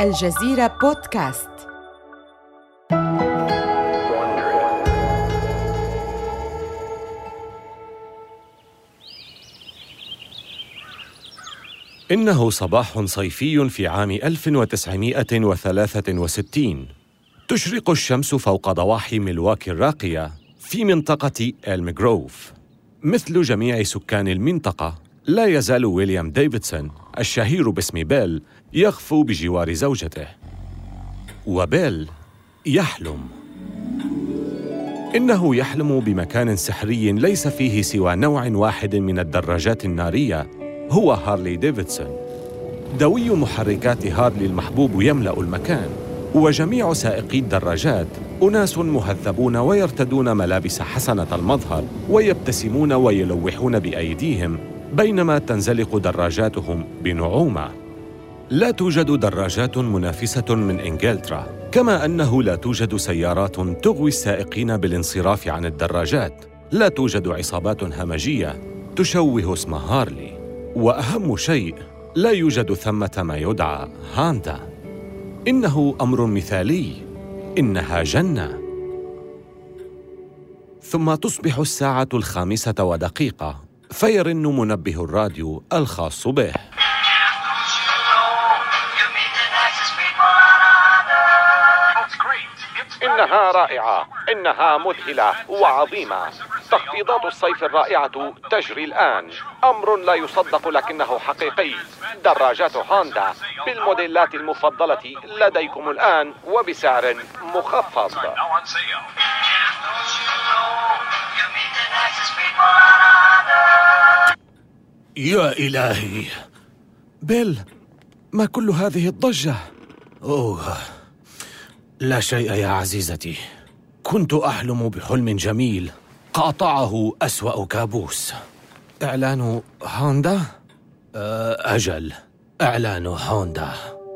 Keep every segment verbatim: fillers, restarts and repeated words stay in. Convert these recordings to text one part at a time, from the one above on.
الجزيرة بودكاست. إنه صباح صيفي في عام ألف وتسعمائة وثلاثة وستين. تشرق الشمس فوق ضواحي ميلواكي الراقية في منطقة إلم جروف. مثل جميع سكان المنطقة، لا يزال ويليام ديفيدسون الشهير باسم بيل يغفو بجوار زوجته. وبيل يحلم. إنه يحلم بمكان سحري ليس فيه سوى نوع واحد من الدراجات النارية، هو هارلي ديفيدسون. دوي محركات هارلي المحبوب يملأ المكان، وجميع سائقي الدراجات أناس مهذبون ويرتدون ملابس حسنة المظهر ويبتسمون ويلوحون بأيديهم، بينما تنزلق دراجاتهم بنعومة. لا توجد دراجات منافسة من إنجلترا، كما أنه لا توجد سيارات تغوي السائقين بالانصراف عن الدراجات. لا توجد عصابات همجية تشوه اسم هارلي. وأهم شيء، لا يوجد ثمة ما يدعى هاندا. إنه أمر مثالي، إنها جنة. ثم تصبح الساعة الخامسة ودقيقة، فيرن منبه الراديو الخاص به. إنها رائعة، إنها مذهلة وعظيمة. تخفيضات الصيف الرائعة تجري الآن، أمر لا يصدق لكنه حقيقي. دراجات هوندا بالموديلات المفضلة لديكم الآن وبسعر مخفض. يا إلهي، بيل، ما كل هذه الضجة؟ أوه، لا شيء يا عزيزتي. كنت أحلم بحلم جميل قاطعه أسوأ كابوس. إعلان هوندا؟ أجل، إعلان هوندا.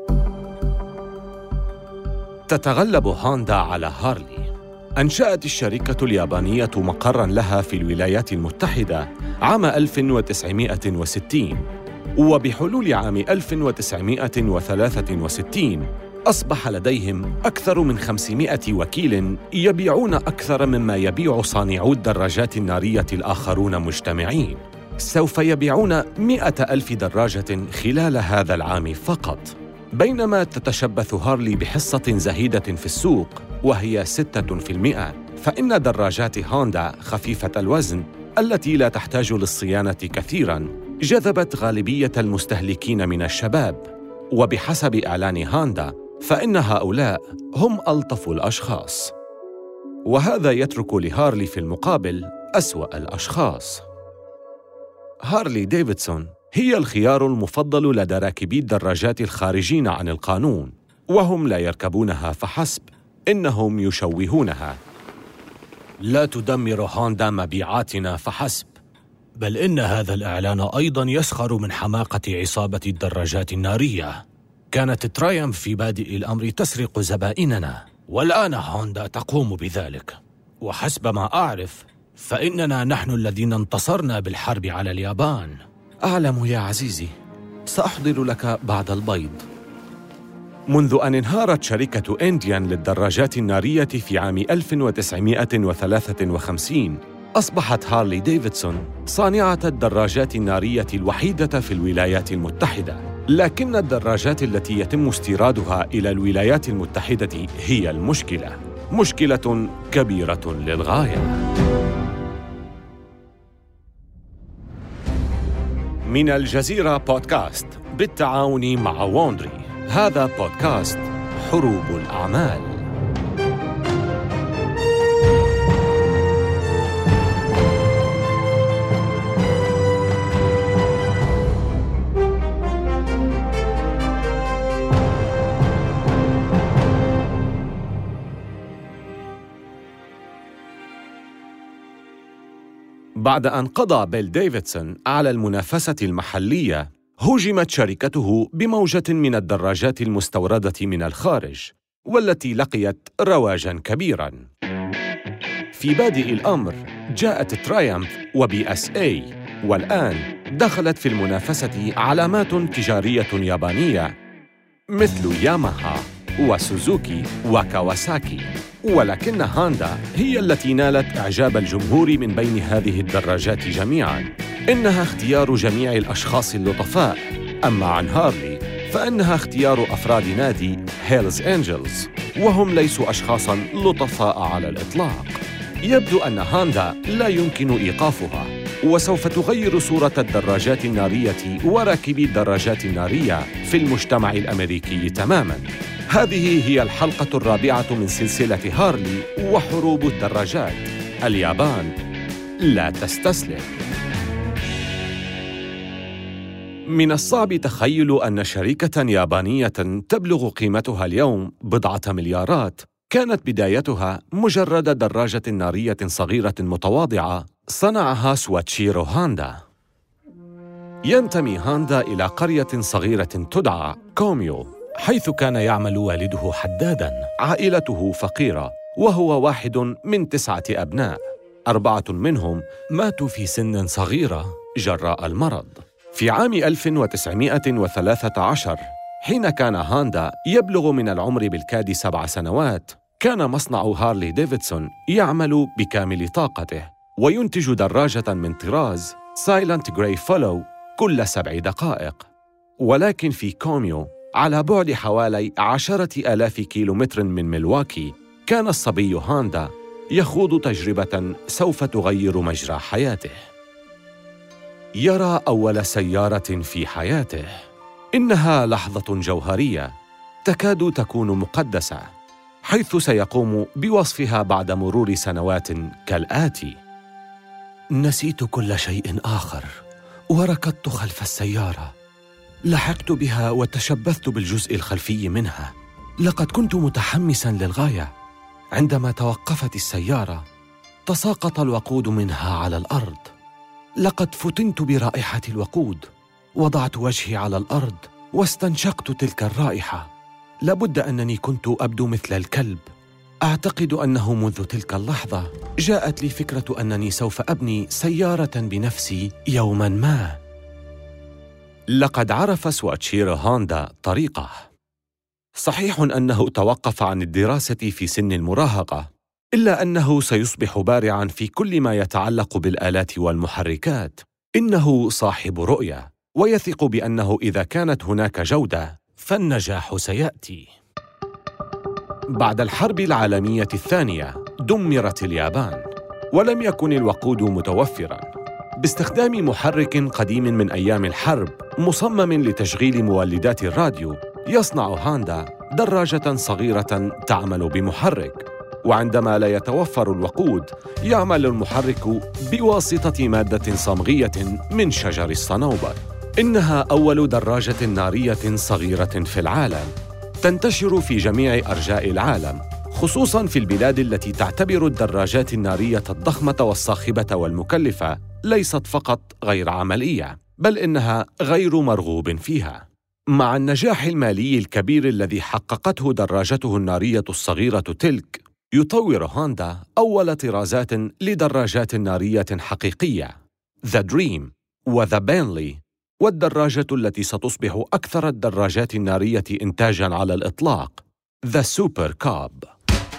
تتغلب هوندا على هارلي. أنشأت الشركة اليابانية مقراً لها في الولايات المتحدة عام ألف وتسعمائة وستين، وبحلول عام ألف وتسعمائة وثلاثة وستين أصبح لديهم أكثر من خمسمائة وكيل يبيعون أكثر مما يبيع صانعو الدراجات النارية الآخرون مجتمعين. سوف يبيعون مئة ألف دراجة خلال هذا العام فقط، بينما تتشبث هارلي بحصة زهيدة في السوق وهي ستة في المئة. فإن دراجات هوندا خفيفة الوزن التي لا تحتاج للصيانة كثيراً جذبت غالبية المستهلكين من الشباب، وبحسب إعلان هوندا فإن هؤلاء هم ألطف الأشخاص، وهذا يترك لهارلي في المقابل أسوأ الأشخاص. هارلي ديفيدسون هي الخيار المفضل لدى راكبي الدراجات الخارجين عن القانون، وهم لا يركبونها فحسب، إنهم يشوهونها. لا تدمر هوندا مبيعاتنا فحسب، بل إن هذا الإعلان أيضاً يسخر من حماقة عصابة الدراجات النارية. كانت ترايمف في بادئ الأمر تسرق زبائننا، والآن هوندا تقوم بذلك. وحسب ما أعرف فإننا نحن الذين انتصرنا بالحرب على اليابان. أعلم يا عزيزي، سأحضر لك بعض البيض. منذ أن انهارت شركة إنديان للدراجات النارية في عام ألف وتسعمائة وثلاثة وخمسين، أصبحت هارلي ديفيدسون صانعة الدراجات النارية الوحيدة في الولايات المتحدة. لكن الدراجات التي يتم استيرادها إلى الولايات المتحدة هي المشكلة، مشكلة كبيرة للغاية. من الجزيرة بودكاست بالتعاون مع ووندري. هذا بودكاست حروب الأعمال. بعد أن قضى بيل ديفيدسون على المنافسة المحلية، هُجمت شركته بموجة من الدراجات المستوردة من الخارج، والتي لقيت رواجاً كبيراً. في بادئ الأمر جاءت ترايمف وبي اس اي، والآن دخلت في المنافسة علامات تجارية يابانية مثل ياماها وسوزوكي وكاواساكي، ولكن هاندا هي التي نالت إعجاب الجمهور من بين هذه الدراجات جميعاً. إنها اختيار جميع الأشخاص اللطفاء. أما عن هارلي فإنها اختيار أفراد نادي هيلز أنجلز، وهم ليسوا أشخاصاً لطفاء على الإطلاق. يبدو أن هاندا لا يمكن إيقافها، وسوف تغير صورة الدراجات النارية وراكبي الدراجات النارية في المجتمع الأمريكي تماماً. هذه هي الحلقة الرابعة من سلسلة هارلي وحروب الدراجات. اليابان لا تستسلم. من الصعب تخيل أن شركة يابانية تبلغ قيمتها اليوم بضعة مليارات كانت بدايتها مجرد دراجة نارية صغيرة متواضعة صنعها سواتشيرو هاندا. ينتمي هاندا إلى قرية صغيرة تدعى كوميو، حيث كان يعمل والده حداداً. عائلته فقيرة، وهو واحد من تسعة أبناء. أربعة منهم ماتوا في سن صغيرة جراء المرض. في عام ألف وتسعمائة وثلاثة عشر، حين كان هاندا يبلغ من العمر بالكاد سبع سنوات، كان مصنع هارلي ديفيدسون يعمل بكامل طاقته وينتج دراجة من طراز سايلنت جراي فولو كل سبع دقائق. ولكن في كوميو، على بعد حوالي عشرة آلاف كيلومتر من ميلواكي، كان الصبي هاندا يخوض تجربة سوف تغير مجرى حياته. يرى أول سيارة في حياته. إنها لحظة جوهرية تكاد تكون مقدسة، حيث سيقوم بوصفها بعد مرور سنوات كالآتي: نسيت كل شيء آخر وركضت خلف السيارة. لحقت بها وتشبثت بالجزء الخلفي منها. لقد كنت متحمساً للغاية. عندما توقفت السيارة، تساقط الوقود منها على الأرض. لقد فتنت برائحة الوقود. وضعت وجهي على الأرض واستنشقت تلك الرائحة. لابد أنني كنت أبدو مثل الكلب. أعتقد أنه منذ تلك اللحظة جاءت لي فكرة أنني سوف أبني سيارة بنفسي يوماً ما. لقد عرف سواتشيرو هاندا طريقه. صحيح أنه توقف عن الدراسة في سن المراهقة، إلا أنه سيصبح بارعاً في كل ما يتعلق بالآلات والمحركات. إنه صاحب رؤية، ويثق بأنه إذا كانت هناك جودة فالنجاح سيأتي. بعد الحرب العالمية الثانية دمرت اليابان، ولم يكن الوقود متوفراً. باستخدام محرك قديم من أيام الحرب مصمم لتشغيل مولدات الراديو، يصنع هاندا دراجة صغيرة تعمل بمحرك. وعندما لا يتوفر الوقود، يعمل المحرك بواسطة مادة صمغية من شجر الصنوبر. إنها أول دراجة نارية صغيرة في العالم، تنتشر في جميع أرجاء العالم، خصوصاً في البلاد التي تعتبر الدراجات النارية الضخمة والصاخبة والمكلفة ليست فقط غير عملية، بل إنها غير مرغوب فيها. مع النجاح المالي الكبير الذي حققته دراجته النارية الصغيرة تلك، يطور هاندا أول طرازات لدراجات نارية حقيقية، The Dream وThe Bentley، والدراجة التي ستصبح أكثر الدراجات النارية إنتاجاً على الإطلاق، The Super Cub.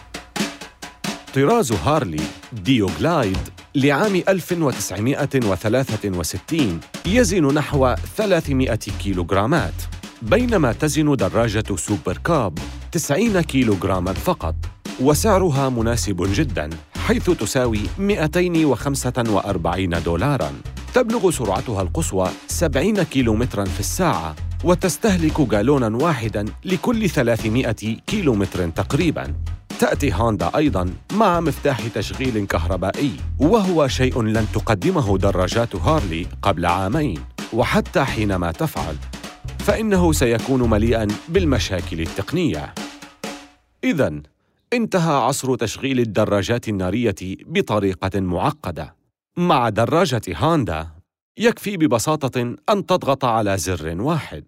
طراز هارلي ديوغلايد لعام ألف وتسعمائة وثلاثة وستين يزن نحو ثلاثمائة كيلوغرامات، بينما تزن دراجة سوبر كاب تسعين كيلوغراما فقط، وسعرها مناسب جداً حيث تساوي مئتين وخمسة وأربعين دولاراً. تبلغ سرعتها القصوى سبعين كيلومتراً في الساعة، وتستهلك جالوناً واحداً لكل ثلاثمائة كيلومتر تقريباً. تأتي هاندا أيضاً مع مفتاح تشغيل كهربائي، وهو شيء لن تقدمه دراجات هارلي قبل عامين، وحتى حينما تفعل فإنه سيكون مليئاً بالمشاكل التقنية. إذن انتهى عصر تشغيل الدراجات النارية بطريقة معقدة. مع دراجة هاندا يكفي ببساطة أن تضغط على زر واحد.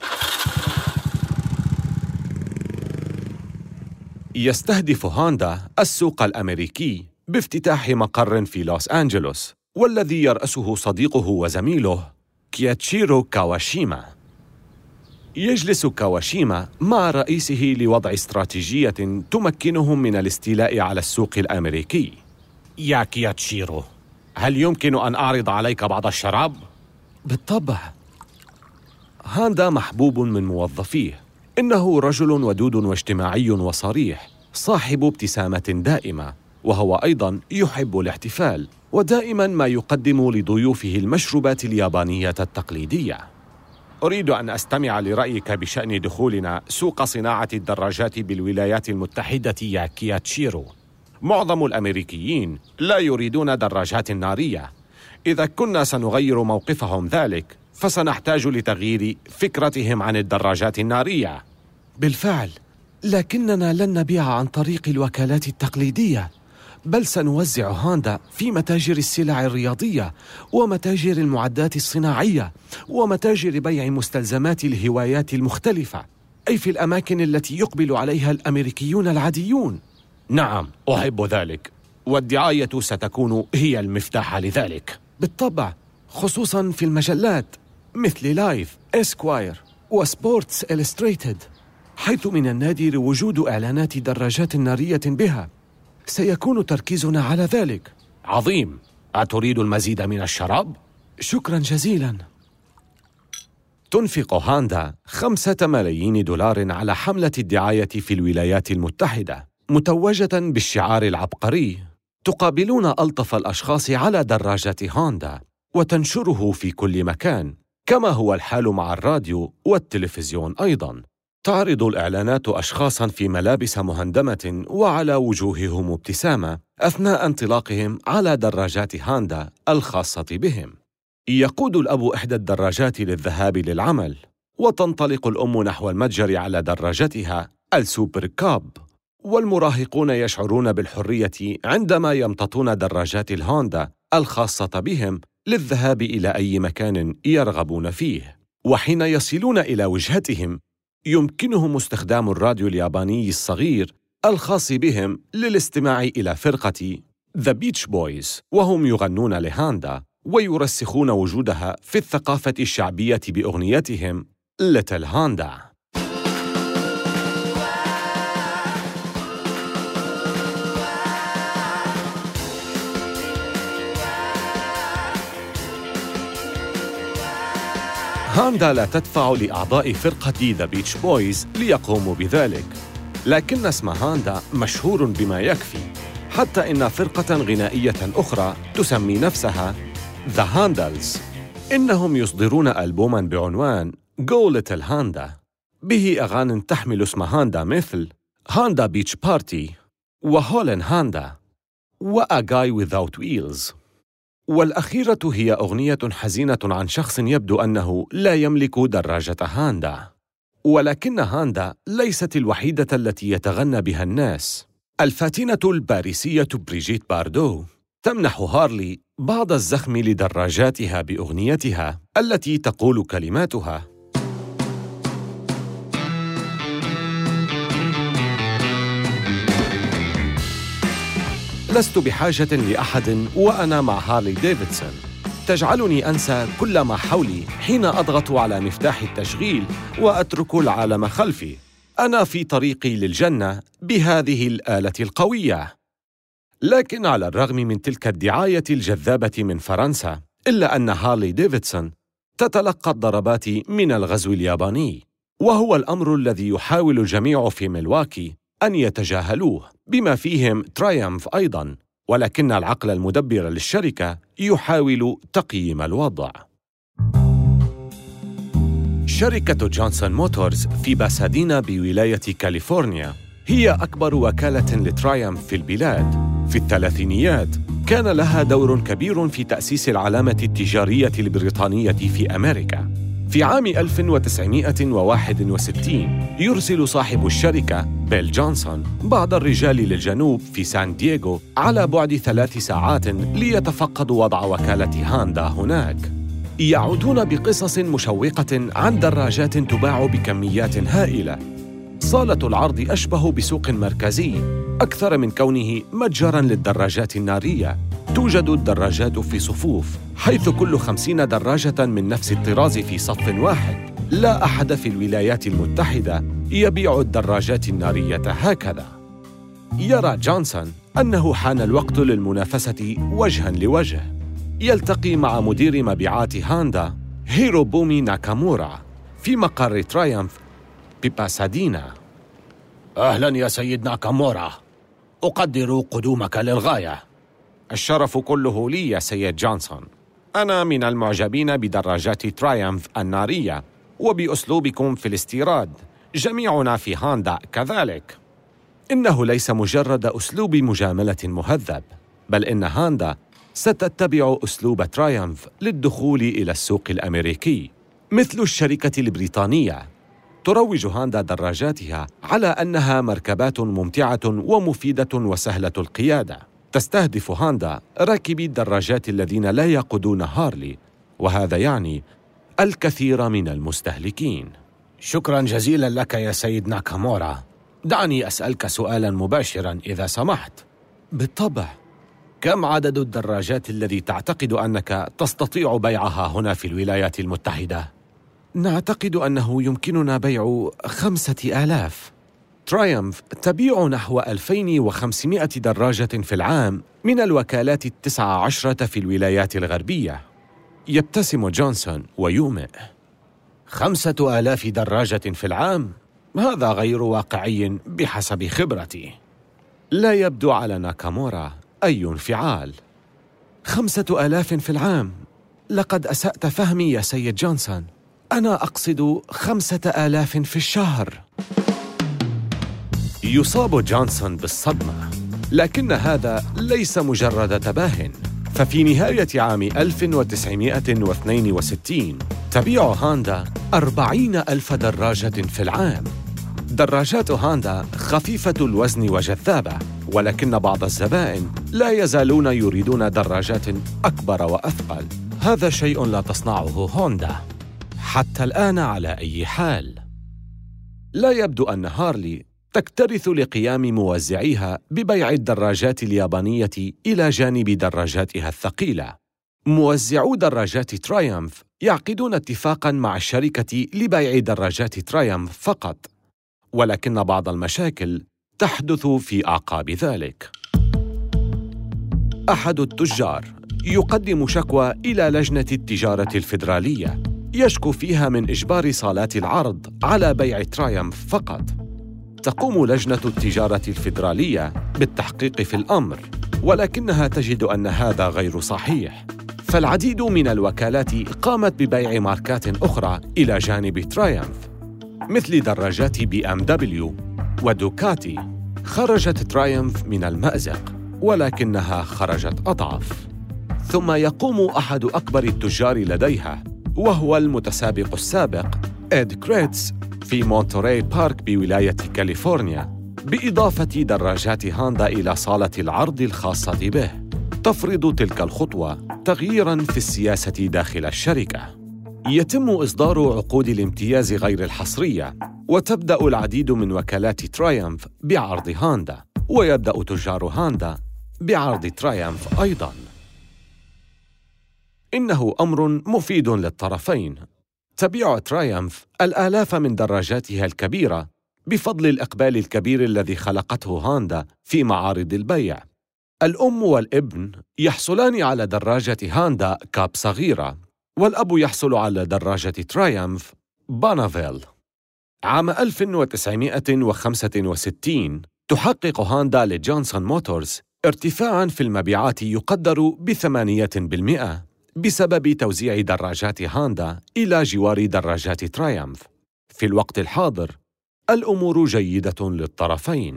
يستهدف هاندا السوق الأمريكي بافتتاح مقر في لوس أنجلوس، والذي يرأسه صديقه وزميله كياتشيرو كاواشيما. يجلس كاواشيما مع رئيسه لوضع استراتيجية تمكنهم من الاستيلاء على السوق الأمريكي. يا كياتشيرو، هل يمكن أن أعرض عليك بعض الشراب؟ بالطبع. هاندا محبوب من موظفيه. إنه رجل ودود واجتماعي وصريح، صاحب ابتسامة دائمة، وهو أيضاً يحب الاحتفال، ودائماً ما يقدم لضيوفه المشروبات اليابانية التقليدية. أريد أن أستمع لرأيك بشأن دخولنا سوق صناعة الدراجات بالولايات المتحدة يا كياتشيرو. معظم الأمريكيين لا يريدون دراجات نارية. إذا كنا سنغير موقفهم ذلك، فسنحتاج لتغيير فكرتهم عن الدراجات النارية. بالفعل، لكننا لن نبيع عن طريق الوكالات التقليدية، بل سنوزع هاندا في متاجر السلع الرياضية ومتاجر المعدات الصناعية ومتاجر بيع مستلزمات الهوايات المختلفة، أي في الأماكن التي يقبل عليها الأمريكيون العاديون. نعم، أحب ذلك، والدعاية ستكون هي المفتاح لذلك. بالطبع، خصوصاً في المجلات مثل لايف، إسكواير وسبورتس إلستريتد، حيث من النادر وجود إعلانات دراجات نارية بها. سيكون تركيزنا على ذلك. عظيم. أتريد المزيد من الشراب؟ شكراً جزيلاً. تنفق هاندا خمسة ملايين دولار على حملة الدعاية في الولايات المتحدة، متوجة بالشعار العبقري: تقابلون ألطف الأشخاص على دراجة هاندا، وتنشره في كل مكان، كما هو الحال مع الراديو والتلفزيون أيضاً. تعرض الإعلانات أشخاصاً في ملابس مهندمة وعلى وجوههم ابتسامة أثناء انطلاقهم على دراجات هاندا الخاصة بهم. يقود الأب إحدى الدراجات للذهاب للعمل، وتنطلق الأم نحو المتجر على دراجتها السوبر كاب، والمراهقون يشعرون بالحرية عندما يمتطون دراجات الهوندا الخاصة بهم للذهاب إلى أي مكان يرغبون فيه. وحين يصلون إلى وجهتهم، يمكنهم استخدام الراديو الياباني الصغير الخاص بهم للاستماع إلى فرقة The Beach Boys، وهم يغنون لهاندا ويرسخون وجودها في الثقافة الشعبية بأغنيتهم Little Honda. هاندا لا تدفع لأعضاء فرقة The Beach Boys ليقوموا بذلك، لكن اسم هاندا مشهور بما يكفي، حتى إن فرقة غنائية أخرى تسمي نفسها The Handles. إنهم يصدرون ألبوماً بعنوان Go Little Honda، به أغاني تحمل اسم هاندا مثل هاندا بيتش بارتي وهولن هاندا و A Guy Without Wheels. والأخيرة هي أغنية حزينة عن شخص يبدو أنه لا يملك دراجة هاندا. ولكن هاندا ليست الوحيدة التي يتغنى بها الناس. الفاتنة الباريسية بريجيت باردو تمنح هارلي بعض الزخم لدراجاتها بأغنيتها التي تقول كلماتها: لست بحاجة لأحد وأنا مع هارلي ديفيدسون، تجعلني أنسى كل ما حولي حين أضغط على مفتاح التشغيل وأترك العالم خلفي. أنا في طريقي للجنة بهذه الآلة القوية. لكن على الرغم من تلك الدعاية الجذابة من فرنسا، إلا أن هارلي ديفيدسون تتلقى الضربات من الغزو الياباني، وهو الأمر الذي يحاول الجميع في ميلواكي أن يتجاهلوه، بما فيهم ترايمف أيضاً، ولكن العقل المدبر للشركة يحاول تقييم الوضع. شركة جونسون موتورز في باسادينا بولاية كاليفورنيا هي أكبر وكالة لترايمف في البلاد. في الثلاثينيات كان لها دور كبير في تأسيس العلامة التجارية البريطانية في أمريكا. في عام ألف وتسعمائة وواحد وستين يرسل صاحب الشركة بيل جونسون بعض الرجال للجنوب في سان دييغو على بعد ثلاث ساعات ليتفقدوا وضع وكالة هاندا هناك. يعودون بقصص مشوقة عن دراجات تباع بكميات هائلة. صالة العرض أشبه بسوق مركزي أكثر من كونه متجراً للدراجات النارية. توجد الدراجات في صفوف، حيث كل خمسين دراجة من نفس الطراز في صف واحد، لا أحد في الولايات المتحدة يبيع الدراجات النارية هكذا. يرى جونسون أنه حان الوقت للمنافسة وجهاً لوجه. يلتقي مع مدير مبيعات هوندا هيروبومي ناكامورا في مقر ترايمف بباسادينا. أهلاً يا سيد ناكامورا، أقدر قدومك للغاية. الشرف كله لي يا سيد جونسون. أنا من المعجبين بدراجات ترايمف النارية وبأسلوبكم في الاستيراد. جميعنا في هوندا كذلك. إنه ليس مجرد أسلوب مجاملة مهذب، بل إن هوندا ستتبع أسلوب ترايمف للدخول إلى السوق الأمريكي. مثل الشركة البريطانية، تروج هوندا دراجاتها على أنها مركبات ممتعة ومفيدة وسهلة القيادة. تستهدف هوندا راكبي الدراجات الذين لا يقودون هارلي، وهذا يعني الكثير من المستهلكين. شكراً جزيلاً لك يا سيد ناكامورا. دعني أسألك سؤالاً مباشراً إذا سمحت. بالطبع. كم عدد الدراجات الذي تعتقد أنك تستطيع بيعها هنا في الولايات المتحدة؟ نعتقد أنه يمكننا بيع خمسة آلاف. ترايمف تبيع نحو ألفين وخمسمائة دراجة في العام من الوكالات التسعة عشرة في الولايات الغربية. يبتسم جونسون ويومئ. خمسة آلاف دراجة في العام؟ هذا غير واقعي بحسب خبرتي. لا يبدو على ناكامورا أي انفعال. خمسة آلاف في العام؟ لقد أسأت فهمي يا سيد جونسون. أنا أقصد خمسة آلاف في الشهر. يصاب جونسون بالصدمة، لكن هذا ليس مجرد تباه. ففي نهاية عام ألف وتسعمائة واثنين وستين تبيع هوندا أربعين ألف دراجة في العام. دراجات هوندا خفيفة الوزن وجذابة، ولكن بعض الزبائن لا يزالون يريدون دراجات أكبر وأثقل. هذا شيء لا تصنعه هوندا حتى الآن على أي حال. لا يبدو أن هارلي تكترث لقيام موزعيها ببيع الدراجات اليابانية إلى جانب دراجاتها الثقيلة. موزعو دراجات ترايمف يعقدون اتفاقاً مع الشركة لبيع دراجات ترايمف فقط، ولكن بعض المشاكل تحدث في أعقاب ذلك. أحد التجار يقدم شكوى إلى لجنة التجارة الفيدرالية يشكو فيها من إجبار صالات العرض على بيع ترايمف فقط. تقوم لجنة التجارة الفيدرالية بالتحقيق في الأمر، ولكنها تجد أن هذا غير صحيح. فالعديد من الوكالات قامت ببيع ماركات أخرى إلى جانب ترايمف، مثل دراجات بي أم دبليو ودوكاتي. خرجت ترايمف من المأزق، ولكنها خرجت أضعف. ثم يقوم أحد أكبر التجار لديها، وهو المتسابق السابق إد كريتس في مونتري بارك بولاية كاليفورنيا، بإضافة دراجات هوندا إلى صالة العرض الخاصة به. تفرض تلك الخطوة تغييراً في السياسة داخل الشركة. يتم إصدار عقود الامتياز غير الحصرية، وتبدأ العديد من وكالات ترايمف بعرض هوندا، ويبدأ تجار هوندا بعرض ترايمف أيضاً. إنه أمر مفيد للطرفين. تبيع ترايمف الآلاف من دراجاتها الكبيرة بفضل الإقبال الكبير الذي خلقته هوندا في معارض البيع. الأم والابن يحصلان على دراجة هوندا كاب صغيرة، والأب يحصل على دراجة ترايمف بانافيل. عام ألف وتسعمائة وخمسة وستين تحقق هوندا لجونسون موتورز ارتفاعاً في المبيعات يقدر بثمانية بالمئة بسبب توزيع دراجات هوندا إلى جوار دراجات ترايمف. في الوقت الحاضر الأمور جيدة للطرفين.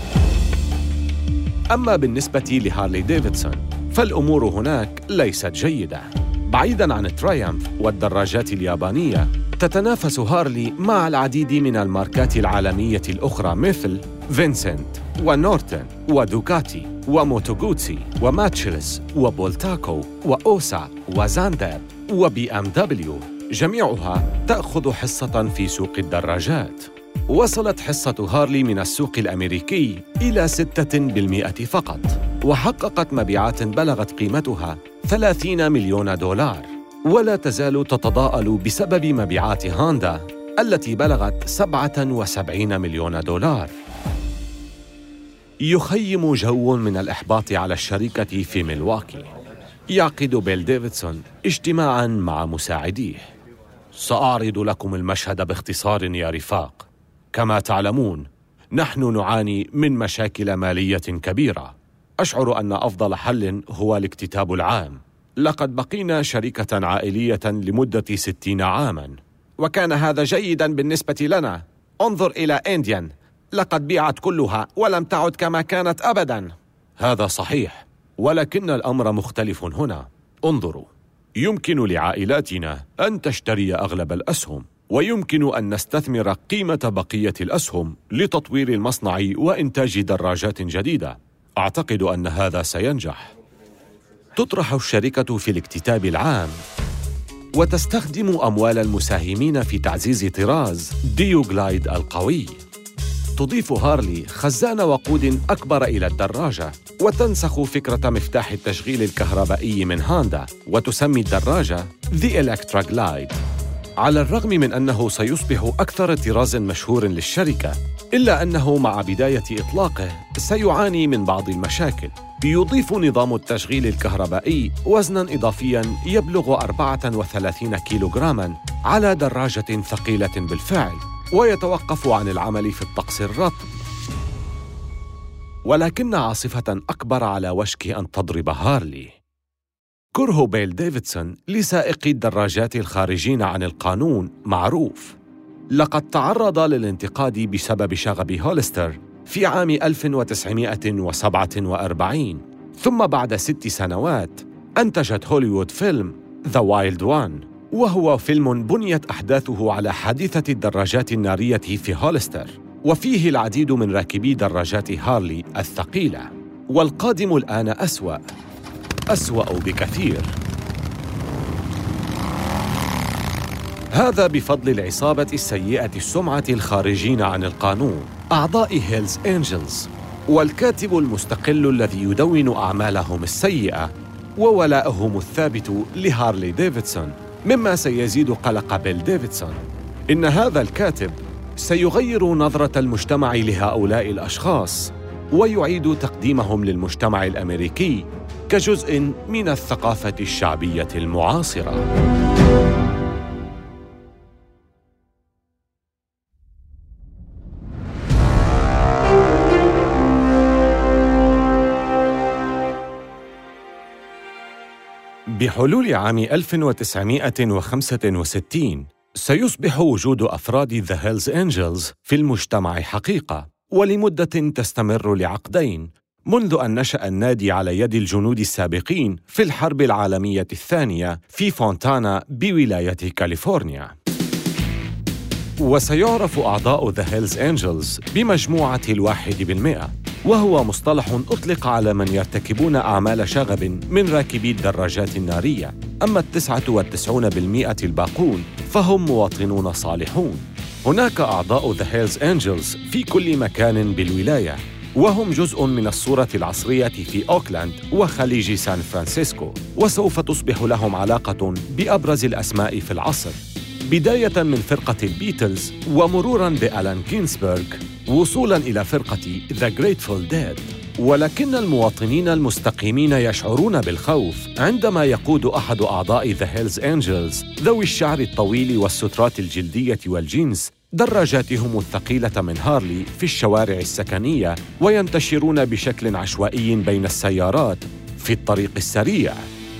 أما بالنسبة لهارلي ديفيدسون فالأمور هناك ليست جيدة. بعيداً عن ترايمف والدراجات اليابانية، تتنافس هارلي مع العديد من الماركات العالمية الأخرى مثل فينسنت ونورتن ودوكاتي وموتو غوتسي وماتشلس وبولتاكو وأوسا وزاندر وبي أم دبليو، جميعها تأخذ حصة في سوق الدراجات. وصلت حصة هارلي من السوق الأمريكي إلى ستة بالمئة فقط، وحققت مبيعات بلغت قيمتها ثلاثين مليون دولار، ولا تزال تتضاءل بسبب مبيعات هوندا التي بلغت سبعة وسبعين مليون دولار. يخيم جو من الإحباط على الشركة في ميلواكي. يعقد بيل ديفيدسون اجتماعاً مع مساعديه. سأعرض لكم المشهد باختصار يا رفاق. كما تعلمون، نحن نعاني من مشاكل مالية كبيرة. أشعر أن أفضل حل هو الاكتتاب العام. لقد بقينا شركة عائلية لمدة ستين عاماً، وكان هذا جيداً بالنسبة لنا. انظر إلى إنديان، لقد بيعت كلها ولم تعد كما كانت أبداً. هذا صحيح، ولكن الأمر مختلف هنا. انظروا، يمكن لعائلاتنا أن تشتري أغلب الأسهم، ويمكن أن نستثمر قيمة بقية الأسهم لتطوير المصنع وإنتاج دراجات جديدة. أعتقد أن هذا سينجح. تطرح الشركة في الاكتتاب العام وتستخدم أموال المساهمين في تعزيز طراز ديوغلايد القوي. تضيف هارلي خزان وقود أكبر إلى الدراجة، وتنسخ فكرة مفتاح التشغيل الكهربائي من هوندا، وتسمي الدراجة The Electra Glide. على الرغم من أنه سيصبح أكثر طراز مشهور للشركة، إلا أنه مع بداية إطلاقه سيعاني من بعض المشاكل. يضيف نظام التشغيل الكهربائي وزناً إضافياً يبلغ أربعة وثلاثين كيلوغراماً على دراجة ثقيلة بالفعل، ويتوقف عن العمل في الطقس الرطب. ولكن عاصفة أكبر على وشك أن تضرب هارلي. كره بيل ديفيدسون لسائقي الدراجات الخارجين عن القانون معروف. لقد تعرض للانتقاد بسبب شغب هولستر في عام ألف وتسعمائة وسبعة وأربعين، ثم بعد ست سنوات أنتجت هوليوود فيلم The Wild One، وهو فيلم بنيت أحداثه على حادثة الدراجات النارية في هولستر، وفيه العديد من راكبي دراجات هارلي الثقيلة. والقادم الآن أسوأ أسوأ بكثير. هذا بفضل العصابة السيئة السمعة الخارجين عن القانون، أعضاء هيلز أنجلز، والكاتب المستقل الذي يدون أعمالهم السيئة، وولائهم الثابت لهارلي ديفيدسون، مما سيزيد قلق بيل ديفيدسون. إن هذا الكاتب سيغير نظرة المجتمع لهؤلاء الأشخاص، ويعيد تقديمهم للمجتمع الأمريكي كجزء من الثقافة الشعبية المعاصرة. بحلول عام ألف وتسعمائة وخمسة وستين سيصبح وجود أفراد The Hells Angels في المجتمع حقيقة، ولمدة تستمر لعقدين، منذ أن نشأ النادي على يد الجنود السابقين في الحرب العالمية الثانية في فونتانا بولاية كاليفورنيا. وسيعرف أعضاء The Hells Angels بمجموعة الواحد بالمئة، وهو مصطلح أطلق على من يرتكبون أعمال شغب من راكبي الدراجات النارية. أما التسعة والتسعون بالمئة الباقون فهم مواطنون صالحون. هناك أعضاء The Hells Angels في كل مكان بالولاية، وهم جزء من الصورة العصرية في أوكلاند وخليج سان فرانسيسكو، وسوف تصبح لهم علاقة بأبرز الأسماء في العصر، بداية من فرقة البيتلز ومروراً بألان جينسبرغ وصولاً إلى فرقة The Grateful Dead. ولكن المواطنين المستقيمين يشعرون بالخوف عندما يقود أحد أعضاء The Hells Angels ذوي الشعر الطويل والسترات الجلدية والجينز دراجاتهم الثقيلة من هارلي في الشوارع السكنية، وينتشرون بشكل عشوائي بين السيارات في الطريق السريع.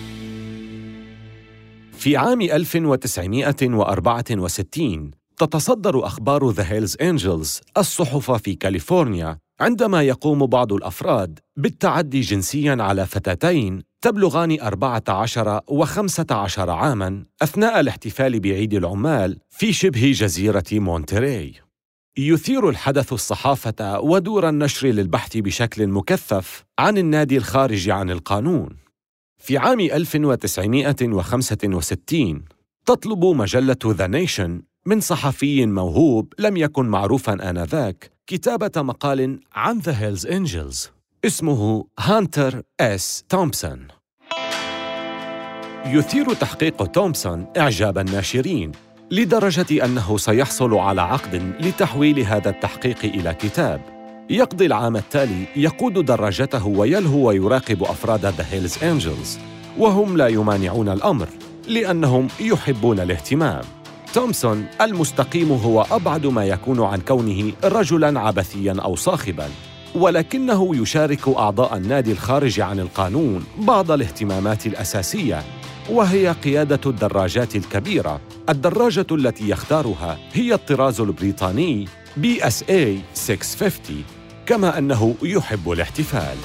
في عام ألف وتسعمائة وأربعة وستين تتصدر أخبار The Hells Angels الصحف في كاليفورنيا عندما يقوم بعض الأفراد بالتعدي جنسياً على فتاتين تبلغان أربعة عشر وخمسة عشر عاماً أثناء الاحتفال بعيد العمال في شبه جزيرة مونتري. يثير الحدث الصحافة ودور النشر للبحث بشكل مكثف عن النادي الخارج عن القانون. في عام ألف وتسعمائة وخمسة وستين تطلب مجلة The Nation من صحفي موهوب لم يكن معروفاً آنذاك كتابة مقال عن The Hells Angels اسمه هانتر إس تومسون. يثير تحقيق تومسون إعجاب الناشرين، لدرجة أنه سيحصل على عقد لتحويل هذا التحقيق إلى كتاب. يقضي العام التالي يقود دراجته ويلهو ويراقب أفراد The Hells Angels، وهم لا يمانعون الأمر لأنهم يحبون الاهتمام. تومسون المستقيم هو أبعد ما يكون عن كونه رجلاً عبثياً أو صاخباً، ولكنه يشارك أعضاء النادي الخارج عن القانون بعض الاهتمامات الأساسية، وهي قيادة الدراجات الكبيرة. الدراجة التي يختارها هي الطراز البريطاني بي إس إيه ستمائة وخمسين، كما أنه يحب الاحتفال.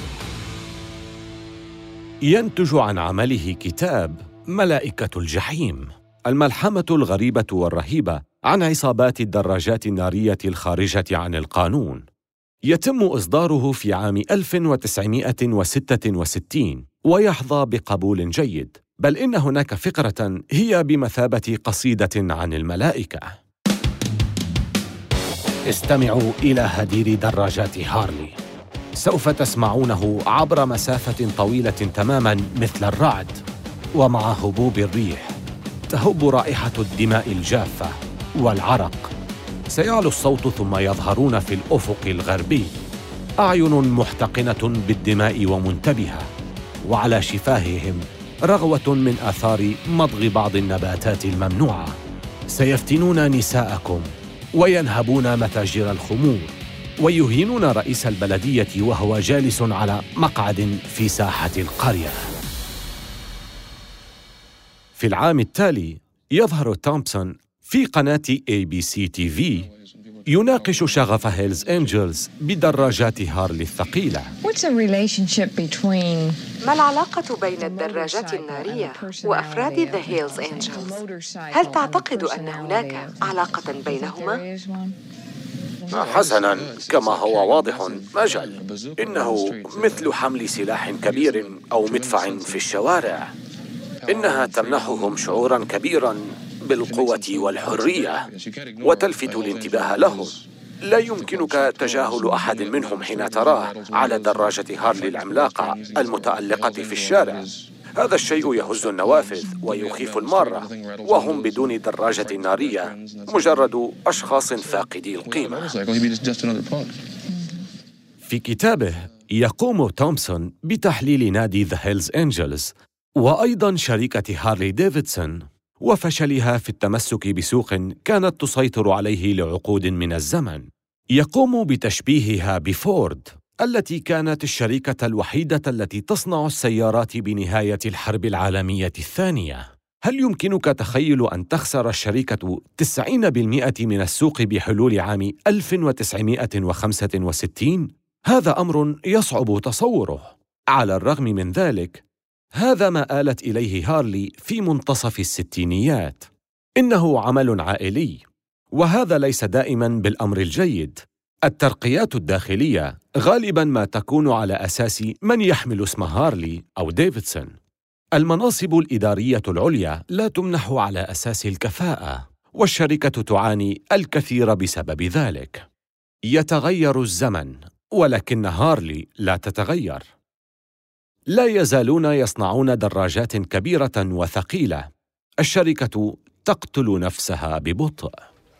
ينتج عن عمله كتاب ملائكة الجحيم، الملحمة الغريبة والرهيبة عن عصابات الدراجات النارية الخارجة عن القانون. يتم إصداره في عام ألف وتسعمائة وستة وستين ويحظى بقبول جيد، بل إن هناك فقرة هي بمثابة قصيدة عن الملائكة. استمعوا إلى هدير دراجات هارلي. سوف تسمعونه عبر مسافة طويلة تماماً مثل الرعد، ومع هبوب الريح تهب رائحة الدماء الجافة والعرق. سيعلو الصوت ثم يظهرون في الأفق الغربي أعين محتقنة بالدماء ومنتبهة، وعلى شفاههم رغوة من آثار مضغ بعض النباتات الممنوعة. سيفتنون نساءكم وينهبون متاجر الخمور ويهينون رئيس البلدية وهو جالس على مقعد في ساحة القرية. في العام التالي يظهر تومسون في قناة إيه بي سي تي في يناقش شغف هيلز أنجلز بدراجات هارلي الثقيلة. ما العلاقة بين الدراجات النارية وأفراد The Hells Angels؟ هل تعتقد أن هناك علاقة بينهما؟ حسناً، كما هو واضح مجل، إنه مثل حمل سلاح كبير أو مدفع في الشوارع. إنها تمنحهم شعوراً كبيراً بالقوة والحرية وتلفت الانتباه لهم. لا يمكنك تجاهل أحد منهم حين تراه على دراجة هارلي العملاقة المتألقة في الشارع. هذا الشيء يهز النوافذ ويخيف المارة، وهم بدون دراجة نارية مجرد أشخاص فاقدي القيمة. في كتابه يقوم تومسون بتحليل نادي The Hells Angels وأيضاً شركة هارلي ديفيدسون وفشلها في التمسك بسوق كانت تسيطر عليه لعقود من الزمن. يقوم بتشبيهها بفورد التي كانت الشركة الوحيدة التي تصنع السيارات بنهاية الحرب العالمية الثانية. هل يمكنك تخيل أن تخسر الشركة تسعين بالمئة من السوق بحلول عام ألف وتسعمائة وخمسة وستين؟ هذا أمر يصعب تصوره. على الرغم من ذلك، هذا ما آلت إليه هارلي في منتصف الستينيات. إنه عمل عائلي، وهذا ليس دائماً بالأمر الجيد. الترقيات الداخلية غالباً ما تكون على أساس من يحمل اسم هارلي أو ديفيدسون. المناصب الإدارية العليا لا تمنح على أساس الكفاءة، والشركة تعاني الكثير بسبب ذلك. يتغير الزمن، ولكن هارلي لا تتغير. لا يزالون يصنعون دراجات كبيرة وثقيلة. الشركة تقتل نفسها ببطء.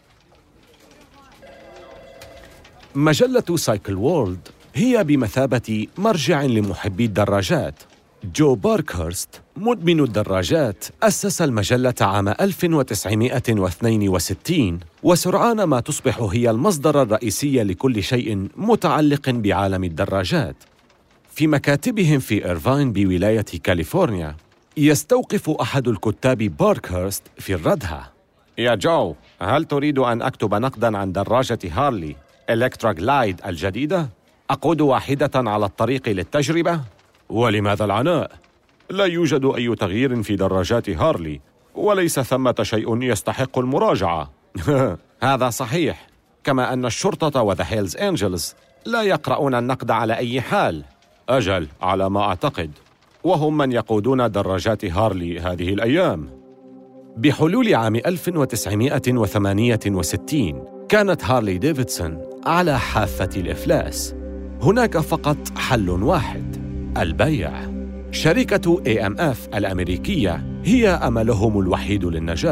مجلة سايكل وورلد هي بمثابة مرجع لمحبي الدراجات. جو باركهرست مدمن الدراجات أسس المجلة عام ألف وتسعمائة واثنين وستين، وسرعان ما تصبح هي المصدر الرئيسي لكل شيء متعلق بعالم الدراجات. في مكاتبهم في إيرفاين بولاية كاليفورنيا يستوقف أحد الكتاب باركهرست في الردهة. يا جو، هل تريد أن أكتب نقداً عن دراجة هارلي إلكترا جلايد الجديدة؟ أقود واحدة على الطريق للتجربة؟ ولماذا العناء؟ لا يوجد أي تغيير في دراجات هارلي، وليس ثمة شيء يستحق المراجعة. هذا صحيح، كما أن الشرطة وذا هيلز أنجلز لا يقرؤون النقد على أي حال. أجل، على ما أعتقد، وهم من يقودون دراجات هارلي هذه الأيام. بحلول عام ألف وتسعمائة وثمانية وستين كانت هارلي ديفيدسون على حافة الإفلاس. هناك فقط حل واحد: البيع. شركة إيه إم إف الأمريكية هي أملهم الوحيد للنجاة.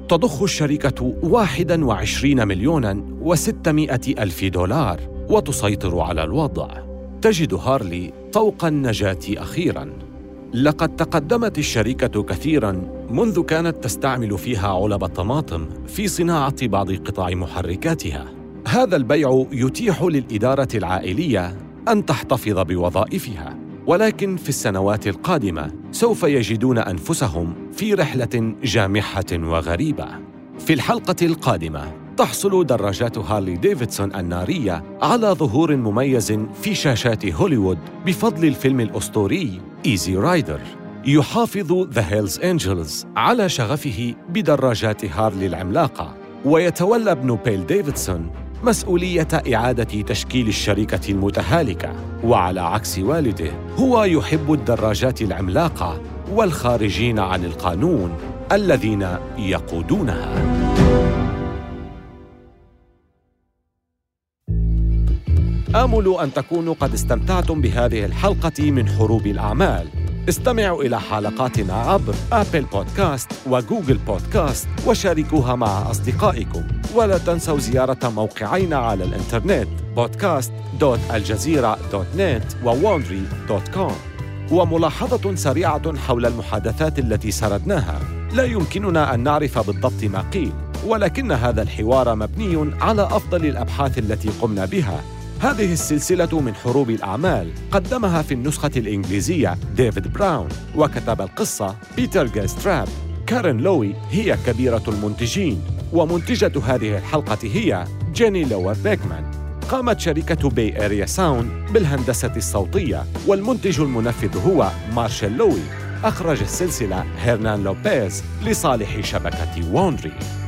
تضخ الشركة واحد وعشرين مليوناً وستمائة ألف دولار وتسيطر على الوضع. تجد هارلي طوق النجاة أخيراً. لقد تقدمت الشركة كثيراً منذ كانت تستعمل فيها علب الطماطم في صناعة بعض قطع محركاتها. هذا البيع يتيح للإدارة العائلية أن تحتفظ بوظائفها، ولكن في السنوات القادمة سوف يجدون أنفسهم في رحلة جامحة وغريبة. في الحلقة القادمة تحصل دراجات هارلي ديفيدسون النارية على ظهور مميز في شاشات هوليوود بفضل الفيلم الأسطوري إيزي رايدر. يحافظ ذا هيلز أنجلز على شغفه بدراجات هارلي العملاقة، ويتولى ابن بيل ديفيدسون مسؤولية إعادة تشكيل الشركة المتهالكة. وعلى عكس والده، هو يحب الدراجات العملاقة والخارجين عن القانون الذين يقودونها. آمل أن تكونوا قد استمتعتم بهذه الحلقة من حروب الأعمال. استمعوا إلى حلقاتنا عبر آبل بودكاست وجوجل بودكاست وشاركوها مع أصدقائكم. ولا تنسوا زيارة موقعينا على الإنترنت بودكاست دوت الجزيرة دوت نت ووندري دوت كوم. وملاحظة سريعة حول المحادثات التي سردناها: لا يمكننا أن نعرف بالضبط ما قيل، ولكن هذا الحوار مبني على أفضل الأبحاث التي قمنا بها. هذه السلسلة من حروب الأعمال قدمها في النسخة الإنجليزية ديفيد براون، وكتب القصة بيتر جاستراب. كارين لوي هي كبيرة المنتجين، ومنتجة هذه الحلقة هي جيني لوور بيكمان. قامت شركة بي إيريا ساوند بالهندسة الصوتية، والمنتج المنفذ هو مارشيل لوي. أخرج السلسلة هيرنان لوبيز لصالح شبكة ووندري.